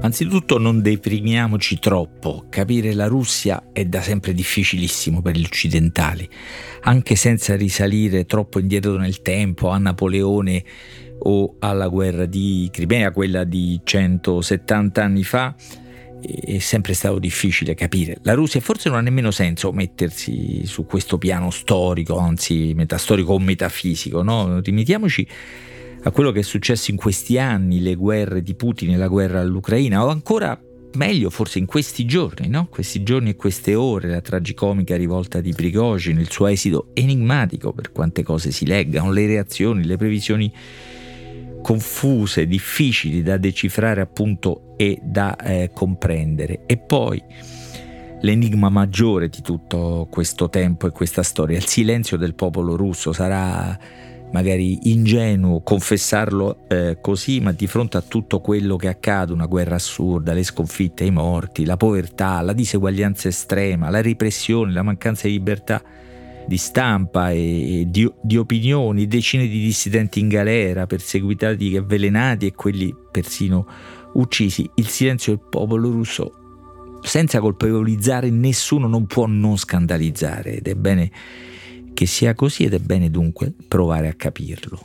Anzitutto non deprimiamoci troppo. Capire la Russia è da sempre difficilissimo per gli occidentali, anche senza risalire troppo indietro nel tempo a Napoleone o alla guerra di Crimea, quella di 170 anni fa. È sempre stato difficile capire la Russia. Forse non ha nemmeno senso mettersi su questo piano storico, anzi metastorico o metafisico, no? Limitiamoci a quello che è successo in questi anni, le guerre di Putin e la guerra all'Ucraina, o ancora meglio forse in questi giorni, no? Questi giorni e queste ore, la tragicomica rivolta di Prigozhin, il suo esito enigmatico per quante cose si leggano, le reazioni, le previsioni confuse, difficili da decifrare appunto e da comprendere. E poi l'enigma maggiore di tutto questo tempo e questa storia, il silenzio del popolo russo. Sarà magari ingenuo confessarlo così, ma di fronte a tutto quello che accade, una guerra assurda, le sconfitte, i morti, la povertà, la diseguaglianza estrema, la repressione, la mancanza di libertà di stampa e di opinioni, decine di dissidenti in galera, perseguitati, avvelenati e quelli persino uccisi, il silenzio del popolo russo, senza colpevolizzare nessuno, non può non scandalizzare, ed è bene che sia così, ed è bene dunque provare a capirlo.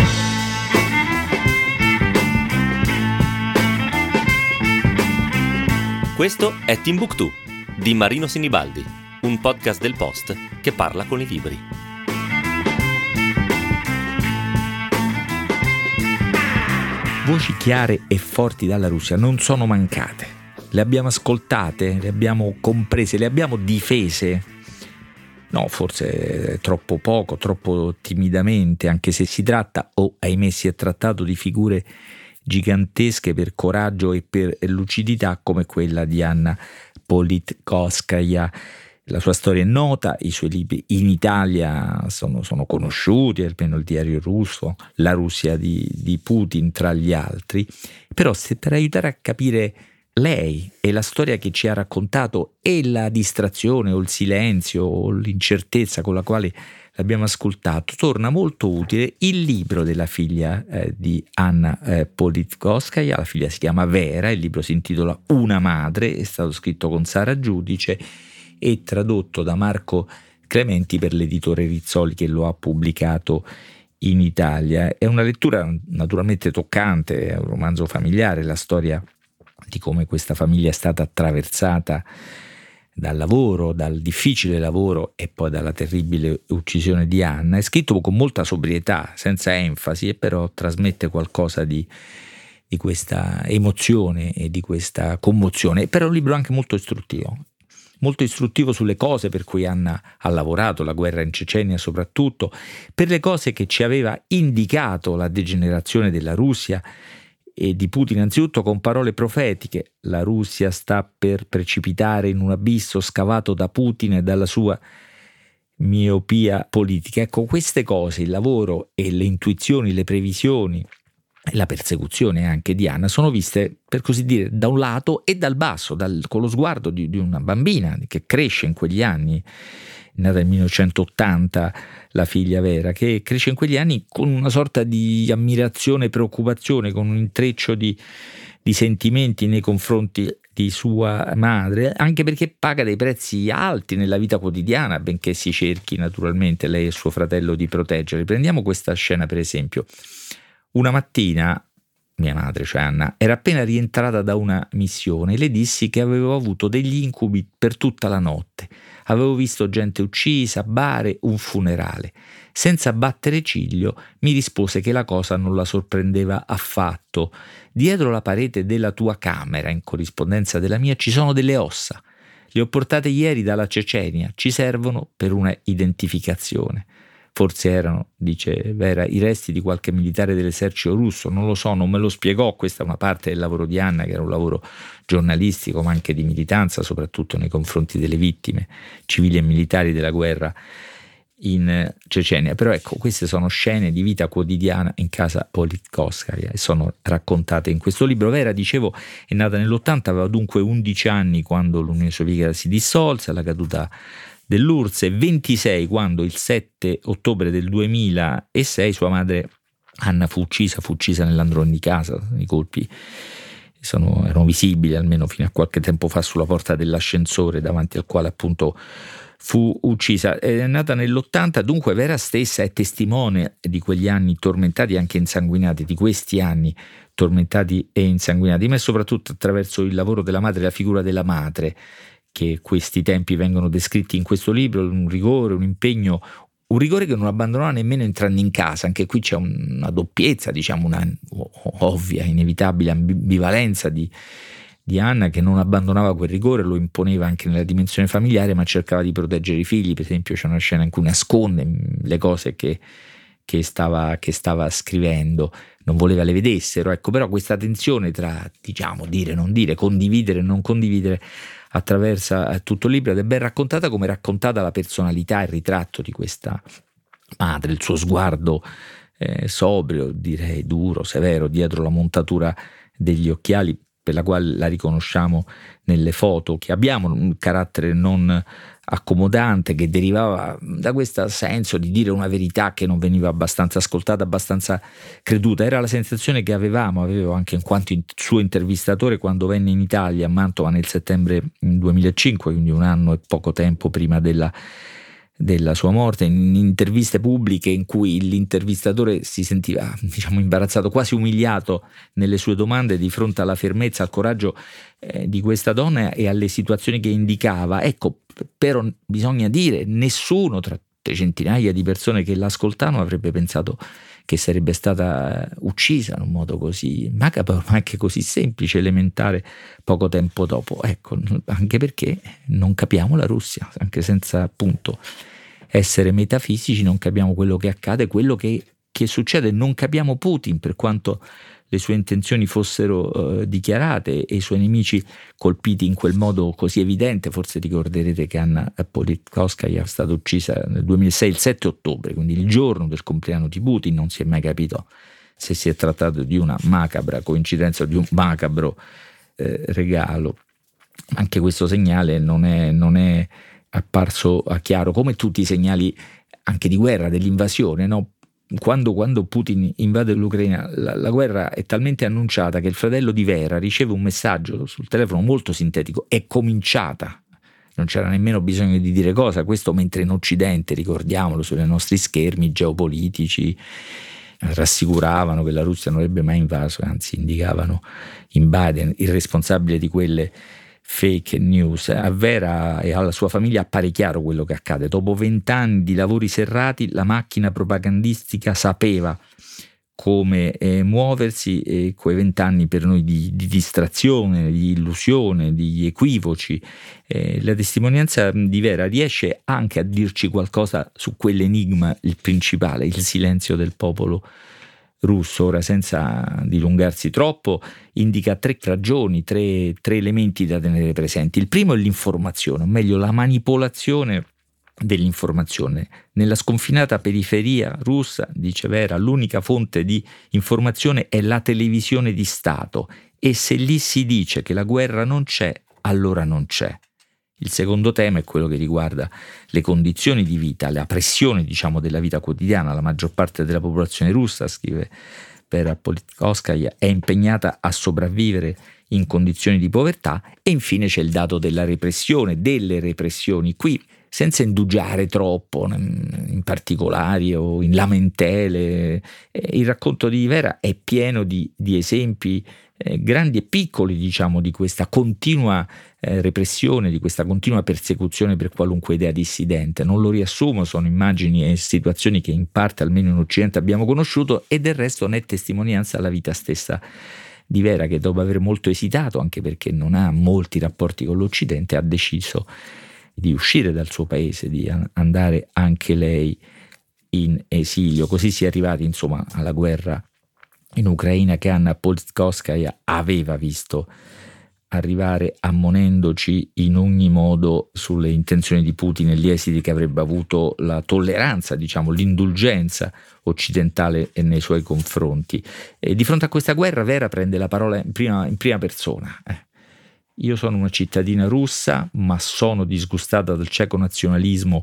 Questo è Timbuktu di Marino Sinibaldi, un podcast del Post che parla con i libri. Voci chiare e forti dalla Russia non sono mancate. Le abbiamo ascoltate, le abbiamo comprese, le abbiamo difese. No, forse troppo poco, troppo timidamente, anche se si tratta, o ahimè si è trattato, di figure gigantesche per coraggio e per lucidità come quella di Anna Politkovskaja. La sua storia è nota, i suoi libri in Italia sono conosciuti, almeno il diario russo, La Russia di Putin tra gli altri. Però se per aiutare a capire lei e la storia che ci ha raccontato e la distrazione o il silenzio o l'incertezza con la quale l'abbiamo ascoltato, torna molto utile il libro della figlia di Anna Politkovskaja. La figlia si chiama Vera, il libro si intitola Una madre, è stato scritto con Sara Giudice e tradotto da Marco Clementi per l'editore Rizzoli, che lo ha pubblicato in Italia. È una lettura naturalmente toccante, è un romanzo familiare, la storia di come questa famiglia è stata attraversata dal lavoro, dal difficile lavoro e poi dalla terribile uccisione di Anna. È scritto con molta sobrietà, senza enfasi, e però trasmette qualcosa di questa emozione e di questa commozione. Però è un libro anche molto istruttivo sulle cose per cui Anna ha lavorato, la guerra in Cecenia soprattutto, per le cose che ci aveva indicato la degenerazione della Russia e di Putin, anzitutto con parole profetiche. La Russia sta per precipitare in un abisso scavato da Putin e dalla sua miopia politica. Ecco, queste cose, il lavoro e le intuizioni, le previsioni e la persecuzione anche di Anna sono viste, per così dire, da un lato e dal basso, con lo sguardo di una bambina che cresce in quegli anni, nata nel 1980, la figlia Vera, che cresce in quegli anni con una sorta di ammirazione e preoccupazione, con un intreccio di sentimenti nei confronti di sua madre, anche perché paga dei prezzi alti nella vita quotidiana, benché si cerchi naturalmente lei e suo fratello di proteggerli. Prendiamo questa scena per esempio. Una mattina mia madre, cioè Anna, era appena rientrata da una missione e le dissi che avevo avuto degli incubi per tutta la notte. Avevo visto gente uccisa, bare, un funerale. Senza battere ciglio mi rispose che la cosa non la sorprendeva affatto. Dietro la parete della tua camera, in corrispondenza della mia, ci sono delle ossa. Le ho portate ieri dalla Cecenia, ci servono per una identificazione. Forse erano, dice Vera, i resti di qualche militare dell'esercito russo, non lo so, non me lo spiegò. Questa è una parte del lavoro di Anna, che era un lavoro giornalistico ma anche di militanza, soprattutto nei confronti delle vittime civili e militari della guerra in Cecenia. Però ecco, queste sono scene di vita quotidiana in casa Politkovskaja e sono raccontate in questo libro. Vera, dicevo, è nata nell'80, aveva dunque 11 anni quando l'Unione Sovietica si dissolse alla caduta dell'URSS, e 26 quando il 7 ottobre del 2006 sua madre Anna fu uccisa nell'androne di casa, i colpi erano visibili almeno fino a qualche tempo fa sulla porta dell'ascensore davanti al quale appunto fu uccisa. È nata nell'80, dunque Vera stessa è testimone di quegli anni tormentati e anche insanguinati, di questi anni tormentati e insanguinati, ma soprattutto attraverso il lavoro della madre, la figura della madre, che questi tempi vengono descritti in questo libro, un rigore, un impegno, un rigore che non abbandonava nemmeno entrando in casa. Anche qui c'è una doppiezza, diciamo una ovvia, inevitabile ambivalenza di Anna, che non abbandonava quel rigore, lo imponeva anche nella dimensione familiare, ma cercava di proteggere i figli. Per esempio c'è una scena in cui nasconde le cose che stava scrivendo, non voleva le vedessero, ecco. Però questa tensione tra, diciamo, dire, non dire, condividere, non condividere, attraversa tutto il libro, ed è ben raccontata, come raccontata la personalità, il ritratto di questa madre, il suo sguardo sobrio, direi duro, severo, dietro la montatura degli occhiali, per la quale la riconosciamo nelle foto che abbiamo, un carattere non accomodante che derivava da questo senso di dire una verità che non veniva abbastanza ascoltata, abbastanza creduta. Era la sensazione che avevo anche in quanto suo intervistatore quando venne in Italia a Mantova nel settembre 2005, quindi un anno e poco tempo prima della sua morte, in interviste pubbliche in cui l'intervistatore si sentiva, diciamo, imbarazzato, quasi umiliato nelle sue domande di fronte alla fermezza, al coraggio di questa donna e alle situazioni che indicava. Ecco, però bisogna dire, nessuno tra le centinaia di persone che l'ascoltavano avrebbe pensato che sarebbe stata uccisa in un modo così macabro, ma anche così semplice, elementare, poco tempo dopo. Ecco, anche perché non capiamo la Russia, anche senza appunto essere metafisici, non capiamo quello che accade, quello che succede. Non capiamo Putin, per quanto le sue intenzioni fossero dichiarate e i suoi nemici colpiti in quel modo così evidente. Forse ricorderete che Anna Politkovskaja è stata uccisa nel 2006, il 7 ottobre, quindi il giorno del compleanno di Putin. Non si è mai capito se si è trattato di una macabra coincidenza o di un macabro regalo. Anche questo segnale non è apparso chiaro, come tutti i segnali anche di guerra, dell'invasione, no? Quando Putin invade l'Ucraina, la guerra è talmente annunciata che il fratello di Vera riceve un messaggio sul telefono molto sintetico: è cominciata. Non c'era nemmeno bisogno di dire cosa. Questo mentre in Occidente, ricordiamolo, sui nostri schermi geopolitici rassicuravano che la Russia non avrebbe mai invaso, anzi indicavano in Biden il responsabile di quelle fake news. A Vera e alla sua famiglia appare chiaro quello che accade. Dopo 20 anni di lavori serrati, la macchina propagandistica sapeva come muoversi, e quei 20 anni per noi di distrazione, di illusione, di equivoci. La testimonianza di Vera riesce anche a dirci qualcosa su quell'enigma, il principale, il silenzio del popolo russo. Ora, senza dilungarsi troppo, indica 3 ragioni, tre elementi da tenere presenti. Il primo è l'informazione, o meglio la manipolazione dell'informazione. Nella sconfinata periferia russa, dice Vera, l'unica fonte di informazione è la televisione di Stato, e se lì si dice che la guerra non c'è, allora non c'è. Il secondo tema è quello che riguarda le condizioni di vita, la pressione, diciamo, della vita quotidiana. La maggior parte della popolazione russa, scrive Vera Politkovskaja, è impegnata a sopravvivere in condizioni di povertà. E infine c'è il dato della repressione, delle repressioni. Qui, senza indugiare troppo in particolari o in lamentele, il racconto di Vera è pieno di esempi grandi e piccoli, diciamo, di questa continua repressione, di questa continua persecuzione per qualunque idea dissidente. Non lo riassumo, sono immagini e situazioni che in parte, almeno in Occidente, abbiamo conosciuto, e del resto ne è testimonianza la vita stessa di Vera, che dopo aver molto esitato, anche perché non ha molti rapporti con l'Occidente, ha deciso di uscire dal suo paese, di andare anche lei in esilio. Così si è arrivati, insomma, alla guerra in Ucraina, che Anna Politkovskaja aveva visto arrivare, ammonendoci in ogni modo sulle intenzioni di Putin e gli esiti che avrebbe avuto la tolleranza, diciamo, l'indulgenza occidentale nei suoi confronti. E di fronte a questa guerra Vera prende la parola in prima persona. Io sono una cittadina russa, ma sono disgustata dal cieco nazionalismo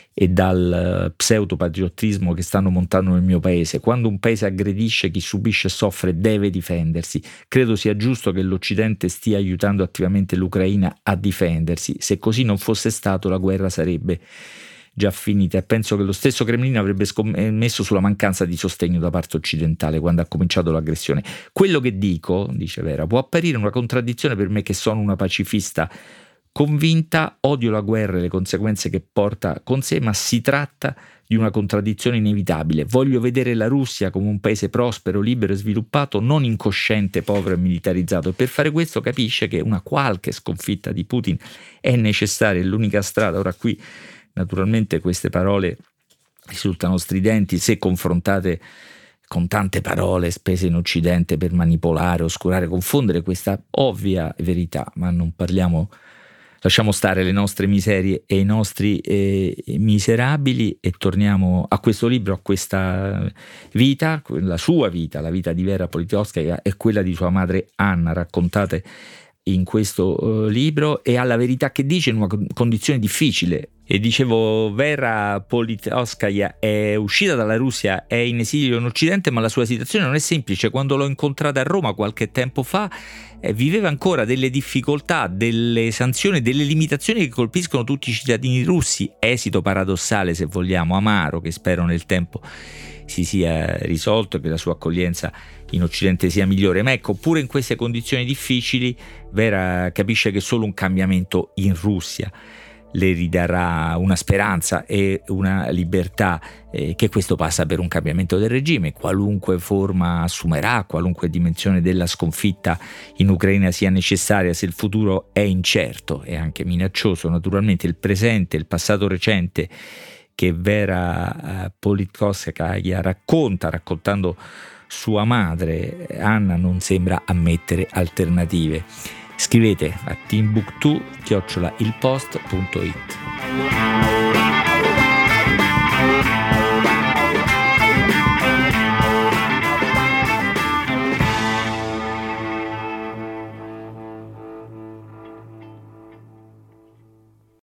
e dal pseudopatriottismo che stanno montando nel mio paese. Quando un paese aggredisce, chi subisce e soffre deve difendersi. Credo sia giusto che l'Occidente stia aiutando attivamente l'Ucraina a difendersi. Se così non fosse stato, la guerra sarebbe già finita, e penso che lo stesso Cremlino avrebbe scommesso sulla mancanza di sostegno da parte occidentale quando ha cominciato l'aggressione. Quello che dico, dice Vera, può apparire una contraddizione per me che sono una pacifista convinta, odio la guerra e le conseguenze che porta con sé, ma si tratta di una contraddizione inevitabile. Voglio vedere la Russia come un paese prospero, libero e sviluppato, non incosciente, povero e militarizzato, e per fare questo capisce che una qualche sconfitta di Putin è necessaria, è l'unica strada. Ora qui naturalmente queste parole risultano stridenti se confrontate con tante parole spese in Occidente per manipolare, oscurare, confondere questa ovvia verità, ma non parliamo. Lasciamo stare le nostre miserie e i nostri miserabili e torniamo a questo libro, a questa vita, la sua vita, la vita di Vera Politkovskaja e quella di sua madre Anna, raccontate in questo libro, e alla verità che dice in una condizione difficile. E dicevo, Vera Politkovskaja è uscita dalla Russia, è in esilio in Occidente, ma la sua situazione non è semplice. Quando l'ho incontrata a Roma qualche tempo fa, viveva ancora delle difficoltà, delle sanzioni, delle limitazioni che colpiscono tutti i cittadini russi. Esito paradossale, se vogliamo, amaro, che spero nel tempo si sia risolto e che la sua accoglienza in Occidente sia migliore. Ma ecco, pure in queste condizioni difficili, Vera capisce che solo un cambiamento in Russia le ridarà una speranza e una libertà, che questo passa per un cambiamento del regime, qualunque forma assumerà, qualunque dimensione della sconfitta in Ucraina sia necessaria. Se il futuro è incerto e anche minaccioso, naturalmente il presente, il passato recente che Vera Politkovskaja raccontando sua madre Anna, non sembra ammettere alternative. Scrivete a timbuktu@ilpost.it.